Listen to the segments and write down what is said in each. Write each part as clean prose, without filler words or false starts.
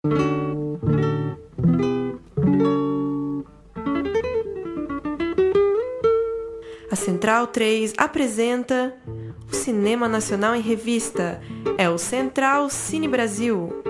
A Central 3 apresenta o Cinema Nacional em Revista. É o Central Cine Brasil.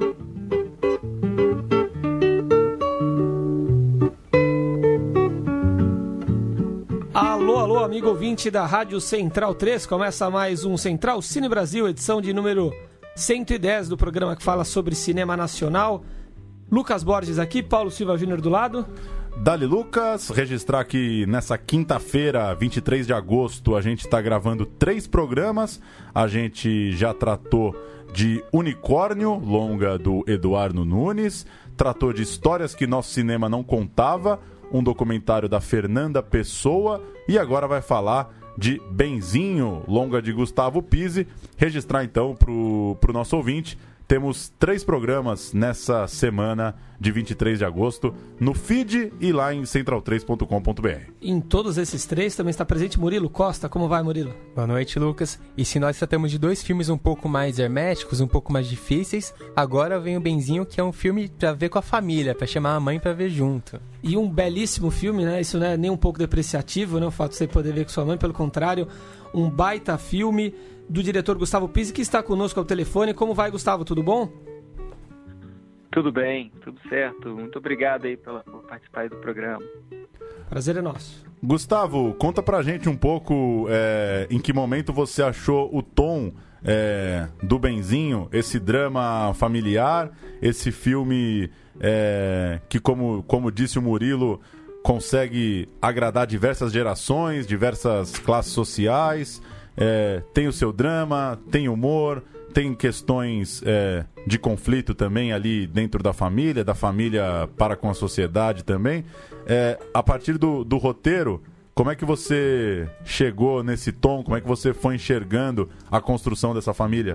Alô, amigo ouvinte da Rádio Central 3. Começa mais um Central Cine Brasil, edição de número 110 do programa que fala sobre cinema nacional. Lucas Borges aqui, Paulo Silva Júnior do lado. Dali Lucas, registrar que nessa quinta-feira, 23 de agosto, a gente está gravando 3 programas. A gente já tratou de Unicórnio, longa do Eduardo Nunes, tratou de Histórias que Nosso Cinema Não Contava, um documentário da Fernanda Pessoa, e agora vai falar de Benzinho, longa de Gustavo Pizzi. Registrar então pro nosso ouvinte, temos 3 programas nessa semana de 23 de agosto no feed e lá em central3.com.br. Em todos esses 3 também está presente Murilo Costa. Como vai, Murilo? Boa noite, Lucas. E se nós tratamos de 2 filmes um pouco mais herméticos, um pouco mais difíceis, agora vem o Benzinho, que é um filme pra ver com a família, pra chamar a mãe pra ver junto. E um belíssimo filme, né? Isso não é nem um pouco depreciativo, né? O fato de você poder ver com sua mãe, pelo contrário, um baita filme do diretor Gustavo Pizzi, que está conosco ao telefone. Como vai, Gustavo? Tudo bom? Tudo bem, tudo certo. Muito obrigado aí por participar aí do programa. Prazer é nosso. Gustavo, conta pra gente um pouco em que momento você achou o tom do Benzinho, esse drama familiar, esse filme que, como disse o Murilo, consegue agradar diversas gerações, diversas classes sociais. Tem o seu drama, tem humor, tem questões de conflito também ali dentro da família para com a sociedade também. A partir do roteiro, como é que você chegou nesse tom? Como é que você foi enxergando a construção dessa família?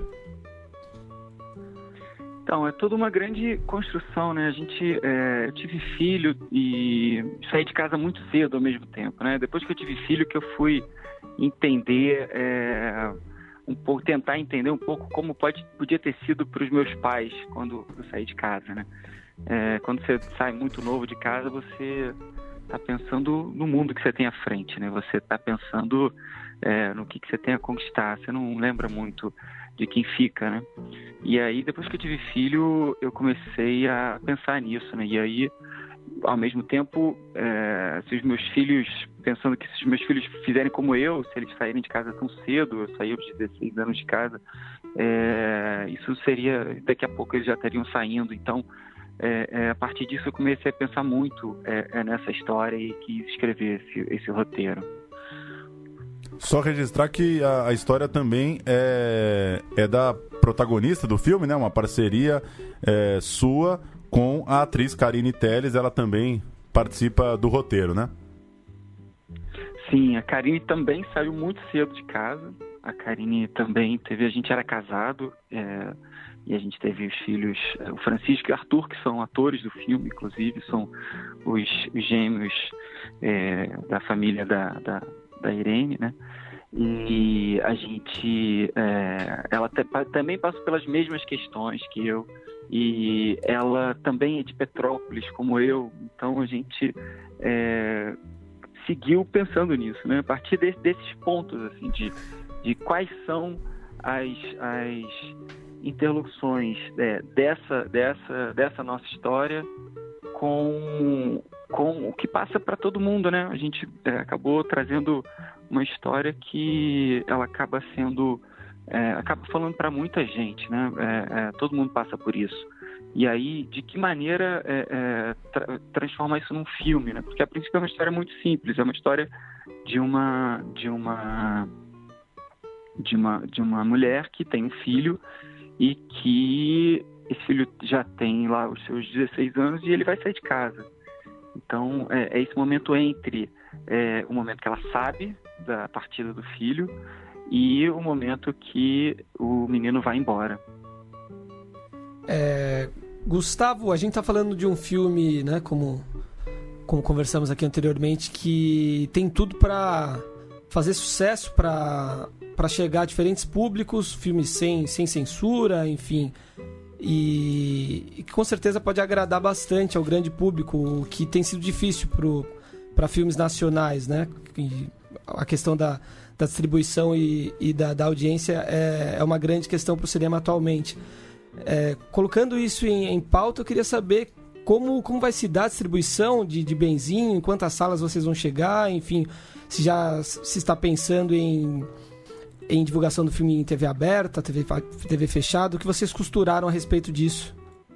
Então, é toda uma grande construção, né? Eu tive filho e saí de casa muito cedo ao mesmo tempo, né? Depois que eu tive filho que eu fui entender um pouco, tentar entender um pouco como podia ter sido para os meus pais quando eu saí de casa, né? Quando você sai muito novo de casa, você está pensando no mundo que você tem à frente, né? Você está pensando no que você tem a conquistar. Você não lembra muito de quem fica, né? E aí, depois que eu tive filho, eu comecei a pensar nisso, né? E aí, ao mesmo tempo, se os meus filhos fizerem como eu, se eles saírem de casa tão cedo, eu saí aos 16 anos de casa, isso seria, daqui a pouco eles já estariam saindo. Então, a partir disso eu comecei a pensar muito nessa história e quis escrever esse roteiro. Só registrar que a história também é da protagonista do filme, né? Uma parceria sua com a atriz Karine Telles. Ela também participa do roteiro, né? Sim, a Karine também saiu muito cedo de casa. A Karine também a gente era casado e a gente teve os filhos, o Francisco e o Arthur, que são atores do filme, inclusive, são os gêmeos da família da Irene, né? E a gente, ela também passou pelas mesmas questões que eu, e ela também é de Petrópolis, como eu, então a gente seguiu pensando nisso, né? A partir desses pontos, assim, de quais são as interlocuções dessa nossa história com o que passa para todo mundo, né? A gente acabou trazendo uma história que ela acaba falando para muita gente, né? Todo mundo passa por isso. E aí, de que maneira transformar isso num filme, né? Porque a princípio é uma história muito simples, é uma história de uma mulher que tem um filho e que esse filho já tem lá os seus 16 anos e ele vai sair de casa. Então, é esse momento entre o momento que ela sabe da partida do filho e o momento que o menino vai embora. Gustavo, a gente está falando de um filme, né, como conversamos aqui anteriormente, que tem tudo para fazer sucesso, para chegar a diferentes públicos, filmes sem censura, enfim. e que com certeza pode agradar bastante ao grande público, o que tem sido difícil para filmes nacionais, né? E a questão da distribuição e da audiência é uma grande questão para o cinema atualmente. Colocando isso em pauta, eu queria saber como vai se dar a distribuição de Benzinho, em quantas salas vocês vão chegar, enfim, se já se está pensando em divulgação do filme em TV aberta, TV fechada, o que vocês costuraram a respeito disso?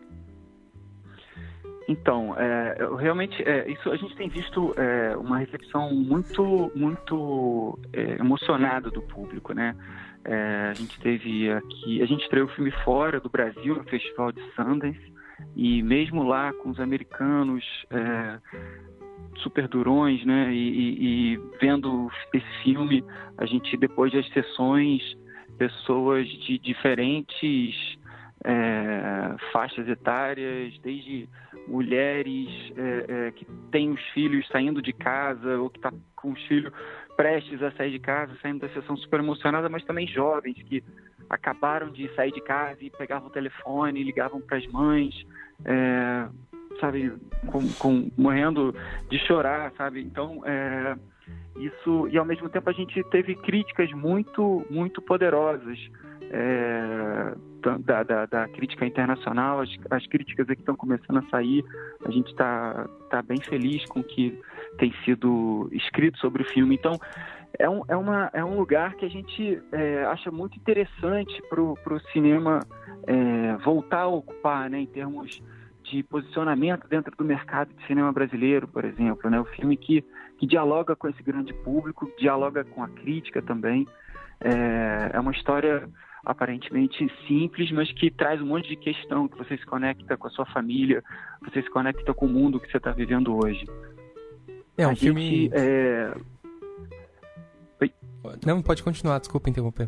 Então, realmente, isso a gente tem visto uma recepção muito, muito emocionada do público, né? A gente estreou o filme fora do Brasil, no Festival de Sundance, e mesmo lá com os americanos super durões, né? E vendo esse filme, a gente, depois das sessões, pessoas de diferentes faixas etárias, desde mulheres que têm os filhos saindo de casa ou que tá com os filhos prestes a sair de casa, saindo da sessão super emocionada, mas também jovens que acabaram de sair de casa e pegavam o telefone, ligavam para as mães, sabe, morrendo de chorar, sabe? Então, isso, e ao mesmo tempo a gente teve críticas muito, muito poderosas da crítica internacional, as críticas que estão começando a sair. A gente está bem feliz com o que tem sido escrito sobre o filme. Então, é um lugar que a gente acha muito interessante para o cinema voltar a ocupar, né, em termos de posicionamento dentro do mercado de cinema brasileiro, por exemplo, né? O filme que dialoga com esse grande público, dialoga com a crítica também. É uma história aparentemente simples, mas que traz um monte de questão, que você se conecta com a sua família, você se conecta com o mundo que você está vivendo hoje. Um filme... Não, pode continuar, desculpa interromper.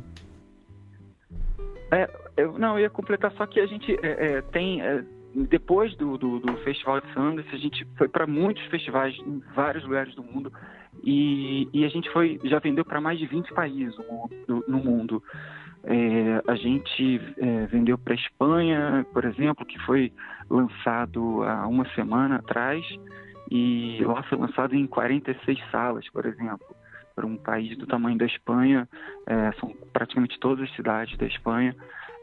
Eu ia completar, só que a gente tem... depois do Festival de Sundance, a gente foi para muitos festivais em vários lugares do mundo e a gente já vendeu para mais de 20 países no mundo. A gente vendeu para a Espanha, por exemplo, que foi lançado há uma semana atrás, e lá foi lançado em 46 salas, por exemplo. Para um país do tamanho da Espanha, são praticamente todas as cidades da Espanha.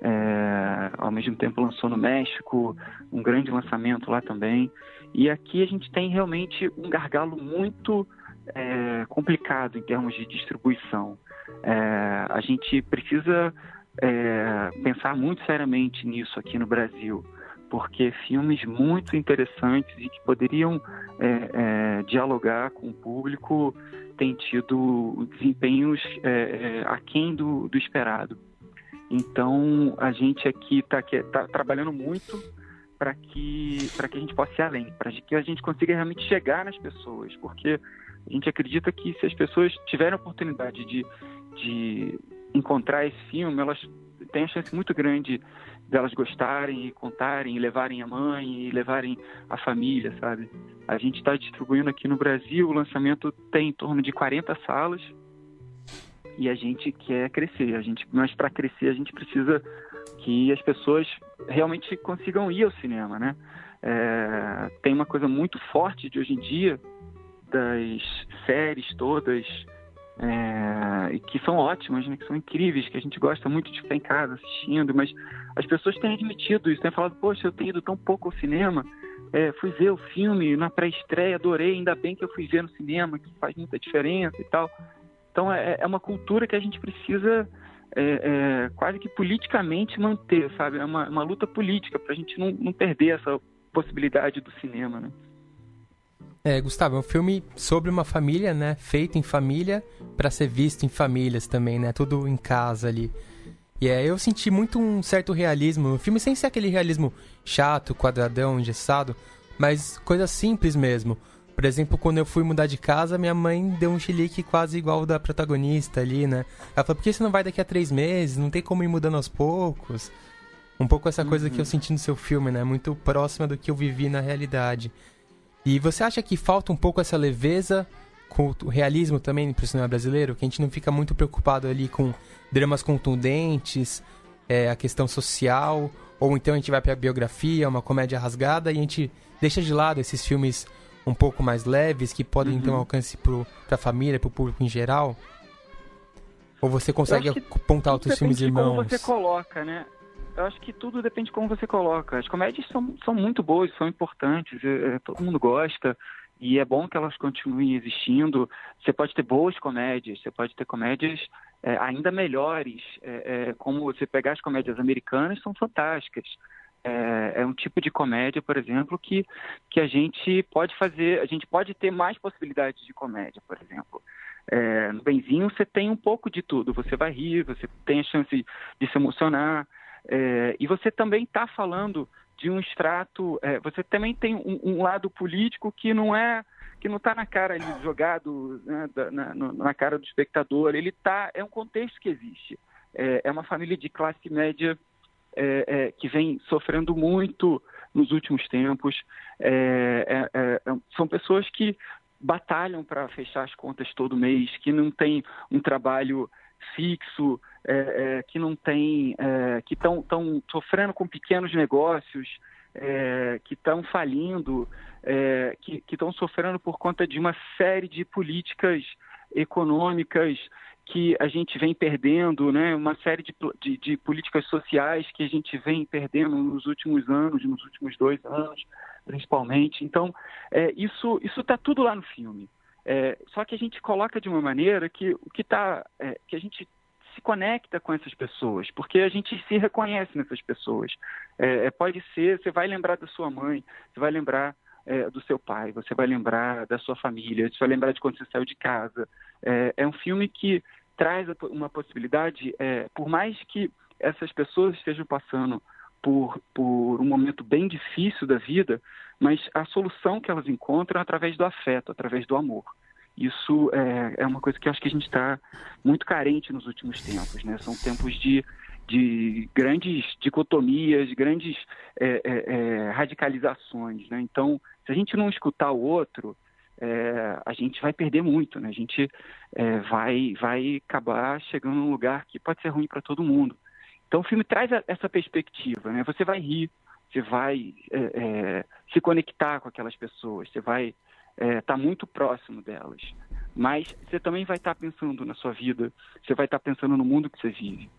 Ao mesmo tempo lançou no México, um grande lançamento lá também. E aqui a gente tem realmente um gargalo muito complicado em termos de distribuição. A gente precisa pensar muito seriamente nisso aqui no Brasil, porque filmes muito interessantes e que poderiam dialogar com o público têm tido desempenhos aquém do esperado. Então, a gente aqui está trabalhando muito para que a gente possa ir além, para que a gente consiga realmente chegar nas pessoas, porque a gente acredita que se as pessoas tiverem a oportunidade de encontrar esse filme, elas têm a chance muito grande delas gostarem e contarem, e levarem a mãe, e levarem a família, sabe? A gente está distribuindo aqui no Brasil, o lançamento tem em torno de 40 salas, e a gente quer crescer. Mas para crescer a gente precisa que as pessoas realmente consigam ir ao cinema, né? Tem uma coisa muito forte de hoje em dia, das séries todas, e que são ótimas, né? Que são incríveis, que a gente gosta muito de ficar em casa assistindo, mas as pessoas têm admitido isso, têm falado, poxa, eu tenho ido tão pouco ao cinema, fui ver o filme na pré-estreia, adorei, ainda bem que eu fui ver no cinema, que faz muita diferença e tal. Então é uma cultura que a gente precisa quase que politicamente manter, sabe? É uma luta política para a gente não perder essa possibilidade do cinema, né? Gustavo, é um filme sobre uma família, né? Feito em família para ser visto em famílias também, né? Tudo em casa ali. E eu senti muito um certo realismo no filme, sem ser aquele realismo chato, quadradão, engessado, mas coisa simples mesmo. Por exemplo, quando eu fui mudar de casa, minha mãe deu um chilique quase igual ao da protagonista ali, né? Ela falou, por que você não vai daqui a 3 meses? Não tem como ir mudando aos poucos? Um pouco essa coisa que eu senti no seu filme, né? Muito próxima do que eu vivi na realidade. E você acha que falta um pouco essa leveza com o realismo também pro cinema brasileiro? Que a gente não fica muito preocupado ali com dramas contundentes, a questão social? Ou então a gente vai pra biografia, uma comédia rasgada, e a gente deixa de lado esses filmes um pouco mais leves, que podem ter um alcance pra família, pro público em geral? Ou você consegue apontar outros filmes irmãos? Como você coloca, né? Eu acho que tudo depende de como você coloca. As comédias são muito boas, são importantes, todo mundo gosta, e é bom que elas continuem existindo. Você pode ter boas comédias, você pode ter comédias ainda melhores, como você pegar as comédias americanas, são fantásticas. É um tipo de comédia, por exemplo, que a gente pode fazer, a gente pode ter mais possibilidades de comédia, por exemplo. No Benzinho você tem um pouco de tudo, você vai rir, você tem a chance de se emocionar, e você também está falando de um extrato, você também tem um lado político que não está na cara ali, jogado, né, na cara do espectador, é um contexto que existe. É uma família de classe média que vem sofrendo muito nos últimos tempos. São pessoas que batalham para fechar as contas todo mês, que não tem um trabalho fixo, que não tem, que estão sofrendo com pequenos negócios, que estão falindo, que estão sofrendo por conta de uma série de políticas econômicas que a gente vem perdendo, né? Uma série de políticas sociais que a gente vem perdendo nos últimos anos, nos últimos 2 anos, principalmente. Então, isso está tudo lá no filme. Só que a gente coloca de uma maneira que que a gente se conecta com essas pessoas, porque a gente se reconhece nessas pessoas. Pode ser, você vai lembrar da sua mãe, você vai lembrar do seu pai, você vai lembrar da sua família, você vai lembrar de quando você saiu de casa. É um filme que traz uma possibilidade, por mais que essas pessoas estejam passando por um momento bem difícil da vida, mas a solução que elas encontram é através do afeto, através do amor. Isso é uma coisa que eu acho que a gente está muito carente nos últimos tempos, né? São tempos de grandes dicotomias, grandes radicalizações, né? Então, se a gente não escutar o outro, a gente vai perder muito, né? A gente vai acabar chegando num lugar que pode ser ruim para todo mundo. Então, o filme traz essa perspectiva, né? Você vai rir, você vai se conectar com aquelas pessoas, você vai estar muito próximo delas. Mas você também vai estar pensando na sua vida, você vai estar pensando no mundo que você vive.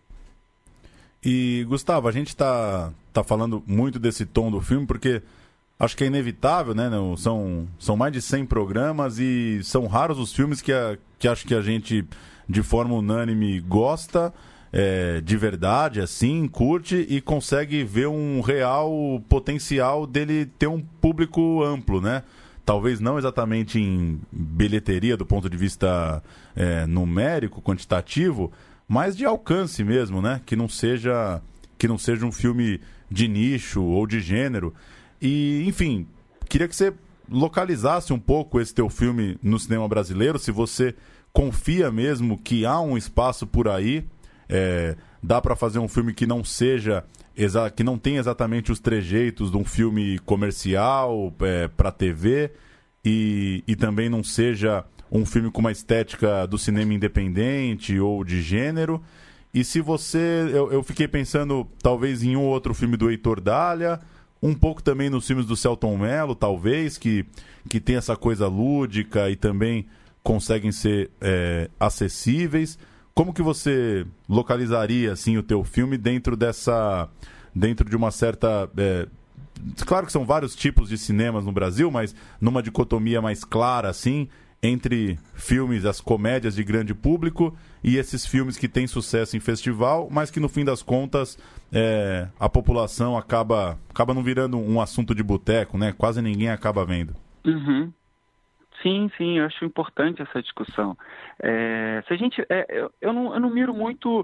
E, Gustavo, a gente está falando muito desse tom do filme porque acho que é inevitável, né? São mais de 100 programas e são raros os filmes que acho que a gente, de forma unânime, gosta de verdade, assim, curte e consegue ver um real potencial dele ter um público amplo, né? Talvez não exatamente em bilheteria do ponto de vista numérico, quantitativo, mas de alcance mesmo, né? Que não seja um filme de nicho ou de gênero. E, enfim, queria que você localizasse um pouco esse teu filme no cinema brasileiro, se você confia mesmo que há um espaço por aí, dá para fazer um filme que não seja, que não tem exatamente os trejeitos de um filme comercial para TV e também não seja um filme com uma estética do cinema independente ou de gênero. E se você... Eu fiquei pensando talvez em um outro filme do Heitor Dália, um pouco também nos filmes do Selton Mello, talvez, que tem essa coisa lúdica e também conseguem ser acessíveis. Como que você localizaria assim, o teu filme dentro de uma certa... Claro que são vários tipos de cinemas no Brasil, mas numa dicotomia mais clara, assim, entre filmes, as comédias de grande público e esses filmes que têm sucesso em festival, mas que no fim das contas a população acaba não virando um assunto de boteco, né? Quase ninguém acaba vendo. Uhum. Sim, eu acho importante essa discussão. Se a gente, eu não miro muito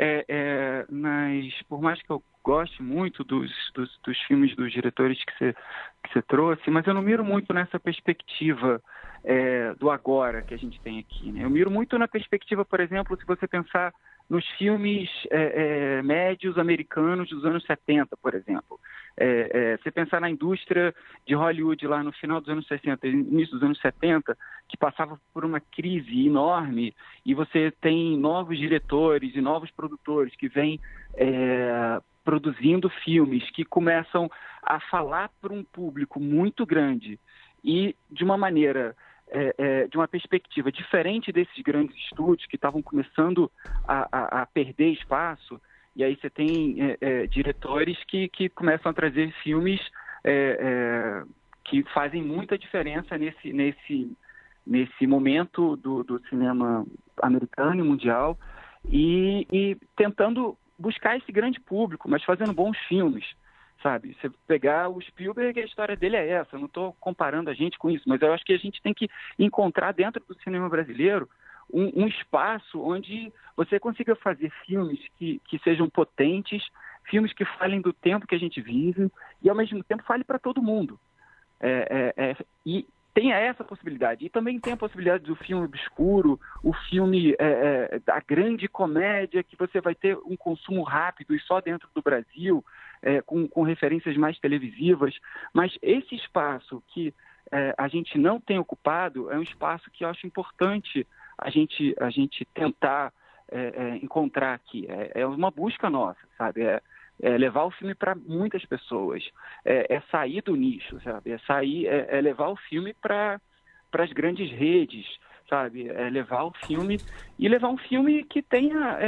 por mais que eu goste muito dos filmes dos diretores que você trouxe, mas eu não miro muito nessa perspectiva do agora que a gente tem aqui, né? Eu miro muito na perspectiva, por exemplo, se você pensar nos filmes médios americanos dos anos 70, por exemplo. Você pensar na indústria de Hollywood lá no final dos anos 60, início dos anos 70, que passava por uma crise enorme, e você tem novos diretores e novos produtores que vêm produzindo filmes que começam a falar para um público muito grande e de uma maneira, de uma perspectiva diferente desses grandes estúdios que estavam começando a perder espaço, e aí você tem diretores que começam a trazer filmes que fazem muita diferença nesse momento do cinema americano e mundial, e tentando buscar esse grande público, mas fazendo bons filmes, sabe? Você pegar o Spielberg, a história dele é essa. Eu não estou comparando a gente com isso, mas eu acho que a gente tem que encontrar dentro do cinema brasileiro um espaço onde você consiga fazer filmes que sejam potentes, filmes que falem do tempo que a gente vive e, ao mesmo tempo, fale para todo mundo. E tem essa possibilidade. E também tem a possibilidade do filme obscuro, o filme da grande comédia, que você vai ter um consumo rápido e só dentro do Brasil, com referências mais televisivas. Mas esse espaço que a gente não tem ocupado é um espaço que eu acho importante a gente tentar encontrar aqui. É uma busca nossa, sabe? É levar o filme para muitas pessoas, é sair do nicho, sabe? É levar o filme para as grandes redes, sabe? É levar o filme que tenha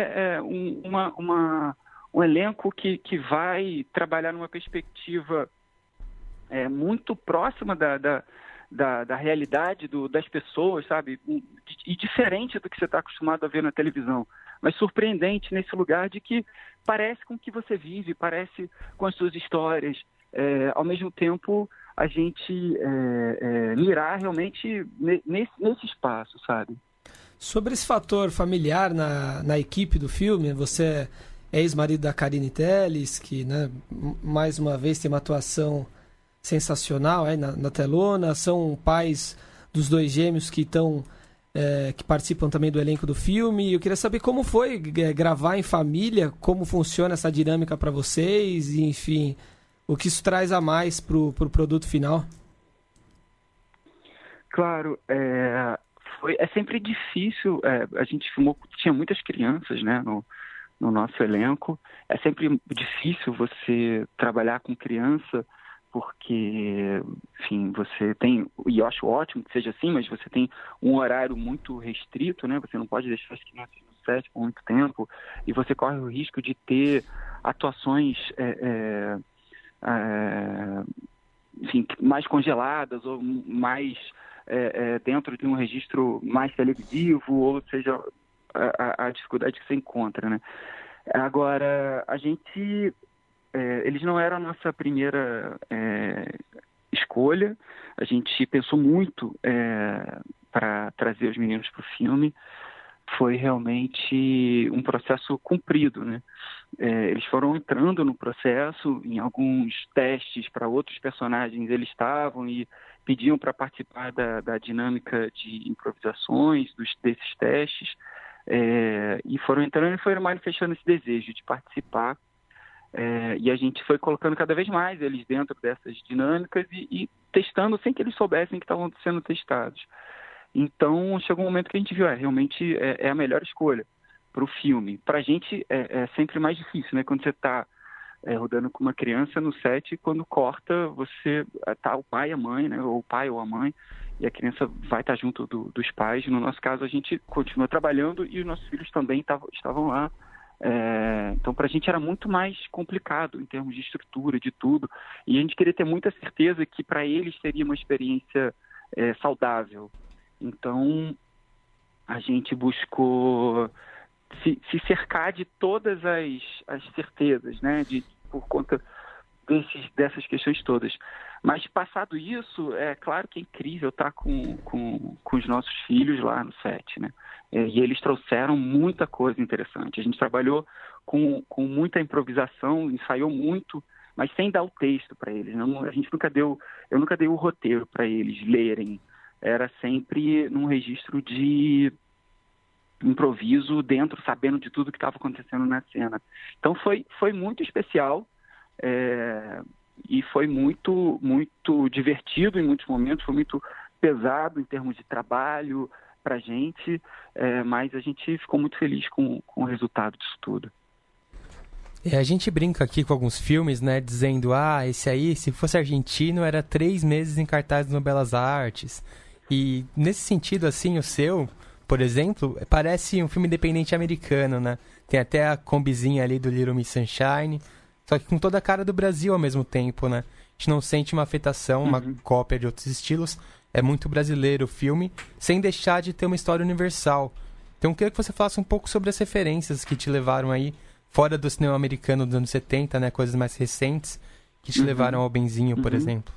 um elenco que vai trabalhar numa perspectiva muito próxima da realidade das pessoas, sabe? E diferente do que você está acostumado a ver na televisão, mas surpreendente nesse lugar de que parece com o que você vive, parece com as suas histórias. Ao mesmo tempo, a gente mirar realmente nesse espaço, sabe? Sobre esse fator familiar na equipe do filme, você é ex-marido da Carine Telles, que, né, mais uma vez tem uma atuação sensacional na telona, são pais dos dois gêmeos que participam também do elenco do filme. Eu queria saber como foi gravar em família, como funciona essa dinâmica para vocês, e, enfim, o que isso traz a mais para o produto final. Claro, é sempre difícil. A gente filmou, tinha muitas crianças, né, no nosso elenco. É sempre difícil você trabalhar com criança, porque, enfim, você tem, e eu acho ótimo que seja assim, mas você tem um horário muito restrito, né? Você não pode deixar as crianças no set por muito tempo, e você corre o risco de ter atuações enfim, mais congeladas ou mais dentro de um registro mais televisivo, ou seja, a dificuldade que você encontra, né? Agora, eles não eram a nossa primeira escolha. A gente pensou muito para trazer os meninos para o filme. Foi realmente um processo comprido, né? Eles foram entrando no processo, em alguns testes para outros personagens eles estavam e pediam para participar da dinâmica de improvisações desses testes, e foram entrando e foram manifestando esse desejo de participar. E a gente foi colocando cada vez mais eles dentro dessas dinâmicas e testando sem que eles soubessem que estavam sendo testados. Então, chegou um momento que a gente viu, realmente é a melhor escolha para o filme. Para a gente é sempre mais difícil, né? Quando você está rodando com uma criança no set, quando corta, você tá o pai e a mãe, né? Ou o pai ou a mãe, e a criança vai estar junto dos pais. No nosso caso, a gente continua trabalhando e os nossos filhos também estavam lá. Então, para a gente era muito mais complicado em termos de estrutura, de tudo. E a gente queria ter muita certeza que para eles seria uma experiência saudável. Então, a gente buscou se cercar de todas as certezas, né? Por conta dessas questões todas. Mas, passado isso, é claro que é incrível estar com os nossos filhos lá no set, né? E eles trouxeram muita coisa interessante. A gente trabalhou com muita improvisação, ensaiou muito, mas sem dar o texto para eles. Eu nunca dei o roteiro para eles lerem. Era sempre num registro de improviso dentro, sabendo de tudo que estava acontecendo na cena. Então foi muito especial, e foi muito, muito divertido em muitos momentos, foi muito pesado em termos de trabalho para a gente, mas a gente ficou muito feliz com o resultado disso tudo. A gente brinca aqui com alguns filmes, né, dizendo, esse aí, se fosse argentino, era 3 meses em cartaz no Belas Artes. E nesse sentido, assim, o seu, por exemplo, parece um filme independente americano, né? Tem até a combizinha ali do Little Miss Sunshine, só que com toda a cara do Brasil ao mesmo tempo, né? A gente não sente uma afetação, uma cópia de outros estilos. É muito brasileiro o filme, sem deixar de ter uma história universal. Então eu queria que você falasse um pouco sobre as referências que te levaram aí, fora do cinema americano dos anos 70, né? Coisas mais recentes, que te levaram ao Benzinho, por exemplo.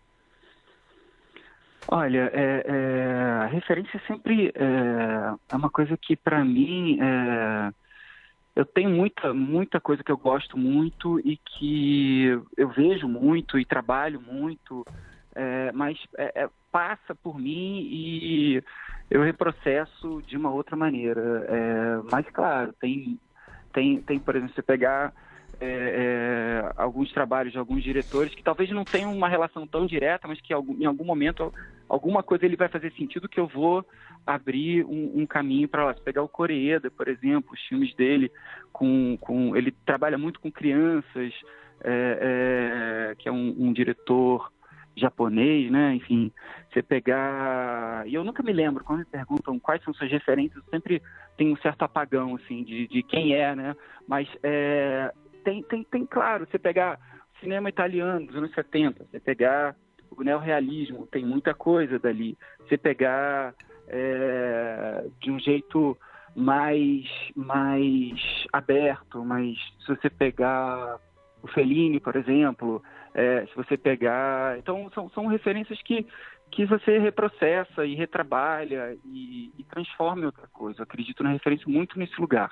Olha, a referência sempre é uma coisa que, para mim, eu tenho muita coisa que eu gosto muito e que eu vejo muito e trabalho muito, mas passa por mim e eu reprocesso de uma outra maneira. Mas, claro, tem, por exemplo, você pegar alguns trabalhos de alguns diretores que talvez não tenham uma relação tão direta, mas que em algum momento alguma coisa ele vai fazer sentido que eu vou abrir um caminho para lá. Se pegar o Koreeda, por exemplo, os filmes dele, ele trabalha muito com crianças, que é um diretor japonês, né? Enfim, você pegar... E eu nunca me lembro, quando me perguntam quais são suas referências, eu sempre tenho um certo apagão, assim, de quem né? Mas tem, claro, você pegar cinema italiano dos anos 70, você pegar o neorrealismo, tem muita coisa dali. Você pegar de um jeito mais aberto, mas se você pegar o Fellini, por exemplo, se você pegar... Então, são referências que você reprocessa e retrabalha e transforma em outra coisa. Eu acredito na referência muito nesse lugar.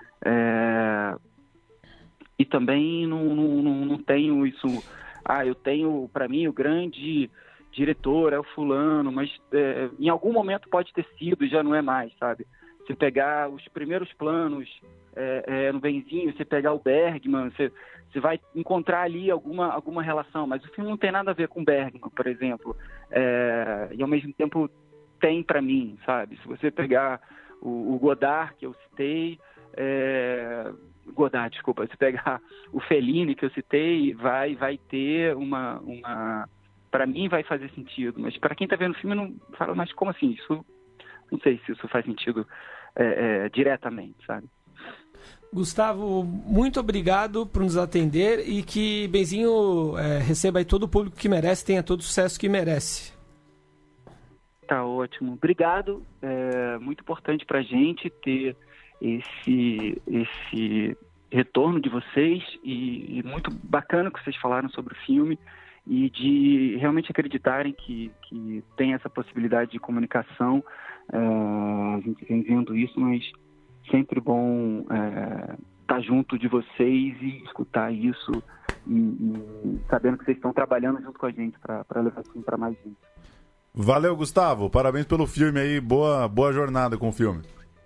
E também não tenho isso... eu tenho, para mim, o grande diretor é o fulano, mas em algum momento pode ter sido e já não é mais, sabe? Se pegar os primeiros planos no Benzinho, você pegar o Bergman, você vai encontrar ali alguma relação, mas o filme não tem nada a ver com Bergman, por exemplo. E ao mesmo tempo tem para mim, sabe? Se você pegar o Godard, que eu citei... Godard, desculpa, se pegar o Fellini que eu citei, vai ter uma para mim vai fazer sentido, mas para quem está vendo o filme não fala, mas como assim? Isso, não sei se isso faz sentido diretamente, sabe? Gustavo, muito obrigado por nos atender e que Benzinho receba aí todo o público que merece, tenha todo o sucesso que merece. Tá ótimo, obrigado, muito importante pra gente ter esse retorno de vocês e muito bacana que vocês falaram sobre o filme e de realmente acreditarem que tem essa possibilidade de comunicação. A gente vem vendo isso, mas sempre bom estar junto de vocês e escutar isso e sabendo que vocês estão trabalhando junto com a gente para levar isso para mais gente. Valeu, Gustavo, parabéns pelo filme aí, boa jornada com o filme.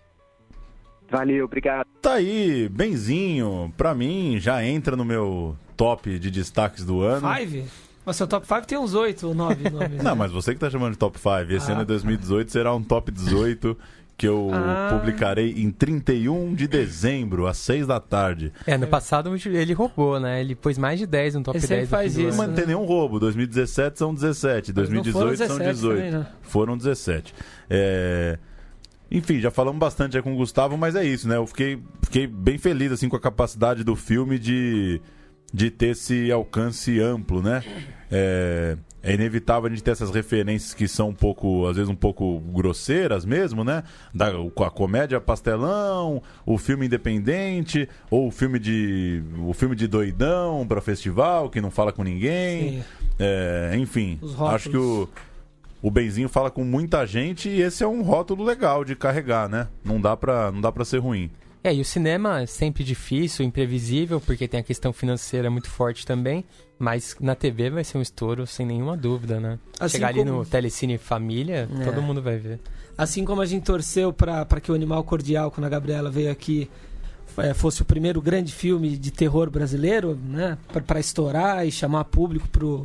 Valeu, obrigado. Tá aí, Benzinho, pra mim já entra no meu top de destaques do ano. 5? O seu top 5 tem uns 8 ou 9 nomes. Não, mas você que tá chamando de top 5. Esse ano é 2018, será um top 18 que eu publicarei em 31 de dezembro, às 6 da tarde. No passado ele roubou, né? Ele pôs mais de 10 no top 10. Ele faz isso. Não tem nenhum roubo. 2017 são 17, 2018 são 18. Também, né? Foram 17. Enfim, já falamos bastante aí com o Gustavo, mas é isso, né? Eu fiquei bem feliz assim, com a capacidade do filme de ter esse alcance amplo, né? É inevitável a gente ter essas referências que são às vezes um pouco grosseiras mesmo, né? A comédia pastelão, o filme independente, ou o filme de doidão para festival, que não fala com ninguém. Enfim, acho que o Benzinho fala com muita gente e esse é um rótulo legal de carregar, né? Não dá pra ser ruim. E o cinema é sempre difícil, imprevisível, porque tem a questão financeira muito forte também, mas na TV vai ser um estouro sem nenhuma dúvida, né? Assim chegar ali no Telecine Família, todo mundo vai ver. Assim como a gente torceu para que o Animal Cordial, quando a Gabriela veio aqui, fosse o primeiro grande filme de terror brasileiro, né? Para estourar e chamar público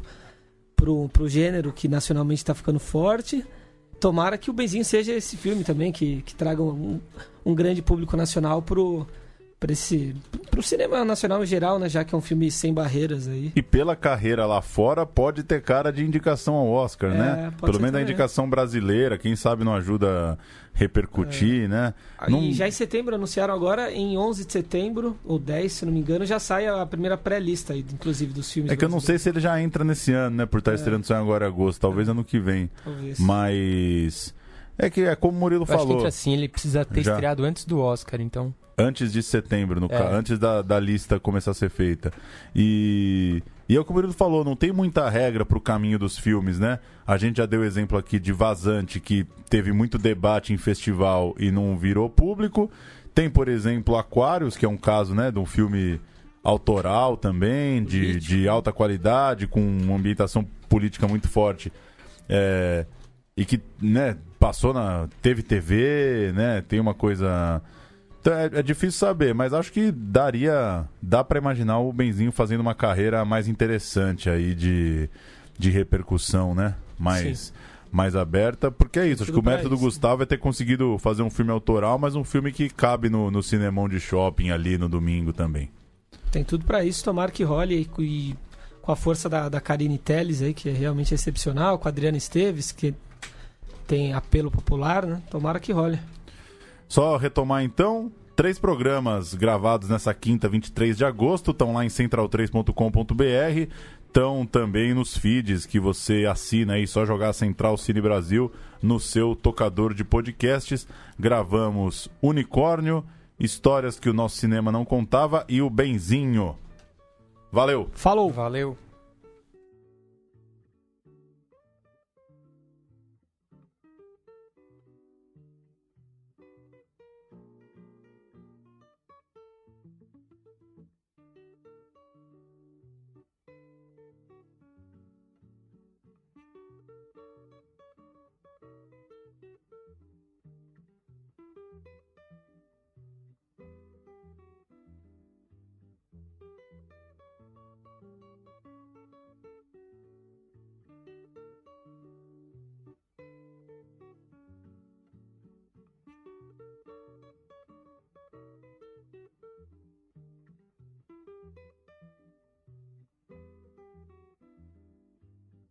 pro gênero que nacionalmente está ficando forte. Tomara que o Benzinho seja esse filme também, que traga um grande público nacional pro pro cinema nacional em geral, né? Já que é um filme sem barreiras aí. E pela carreira lá fora, pode ter cara de indicação ao Oscar, né? Pelo menos a indicação brasileira, quem sabe não ajuda a repercutir, né? E já em setembro, anunciaram agora, em 11 de setembro, ou 10, se não me engano, já sai a primeira pré-lista aí, inclusive, dos filmes. É que eu não sei se ele já entra nesse ano, né? Por estar estreando só agora em agosto, talvez ano que vem. Talvez. Mas é que é como o Murilo falou. Acho que entra assim, ele precisa ter estreado antes do Oscar, então. Antes de setembro, antes da lista começar a ser feita. E é o que o Murilo falou, não tem muita regra pro caminho dos filmes, né? A gente já deu exemplo aqui de Vazante, que teve muito debate em festival e não virou público. Tem, por exemplo, Aquários, que é um caso, né, de um filme autoral também, de alta qualidade, com uma ambientação política muito forte. E que, né, teve TV, né, tem uma coisa... Então é difícil saber, mas acho que dá pra imaginar o Benzinho fazendo uma carreira mais interessante aí de repercussão, né? Mais aberta, porque é isso, acho que o mérito do Gustavo é ter conseguido fazer um filme autoral, mas um filme que cabe no cinemão de shopping ali no domingo também. Tem tudo pra isso, tomara que role e com a força da Karine Telles aí, que é realmente excepcional, com a Adriana Esteves, que tem apelo popular, né? Tomara que role. Só retomar então, 3 programas gravados nessa quinta, 23 de agosto, estão lá em central3.com.br, estão também nos feeds que você assina aí, só jogar Central Cine Brasil no seu tocador de podcasts. Gravamos Unicórnio, Histórias que o Nosso Cinema Não Contava e o Benzinho. Valeu! Falou! Valeu!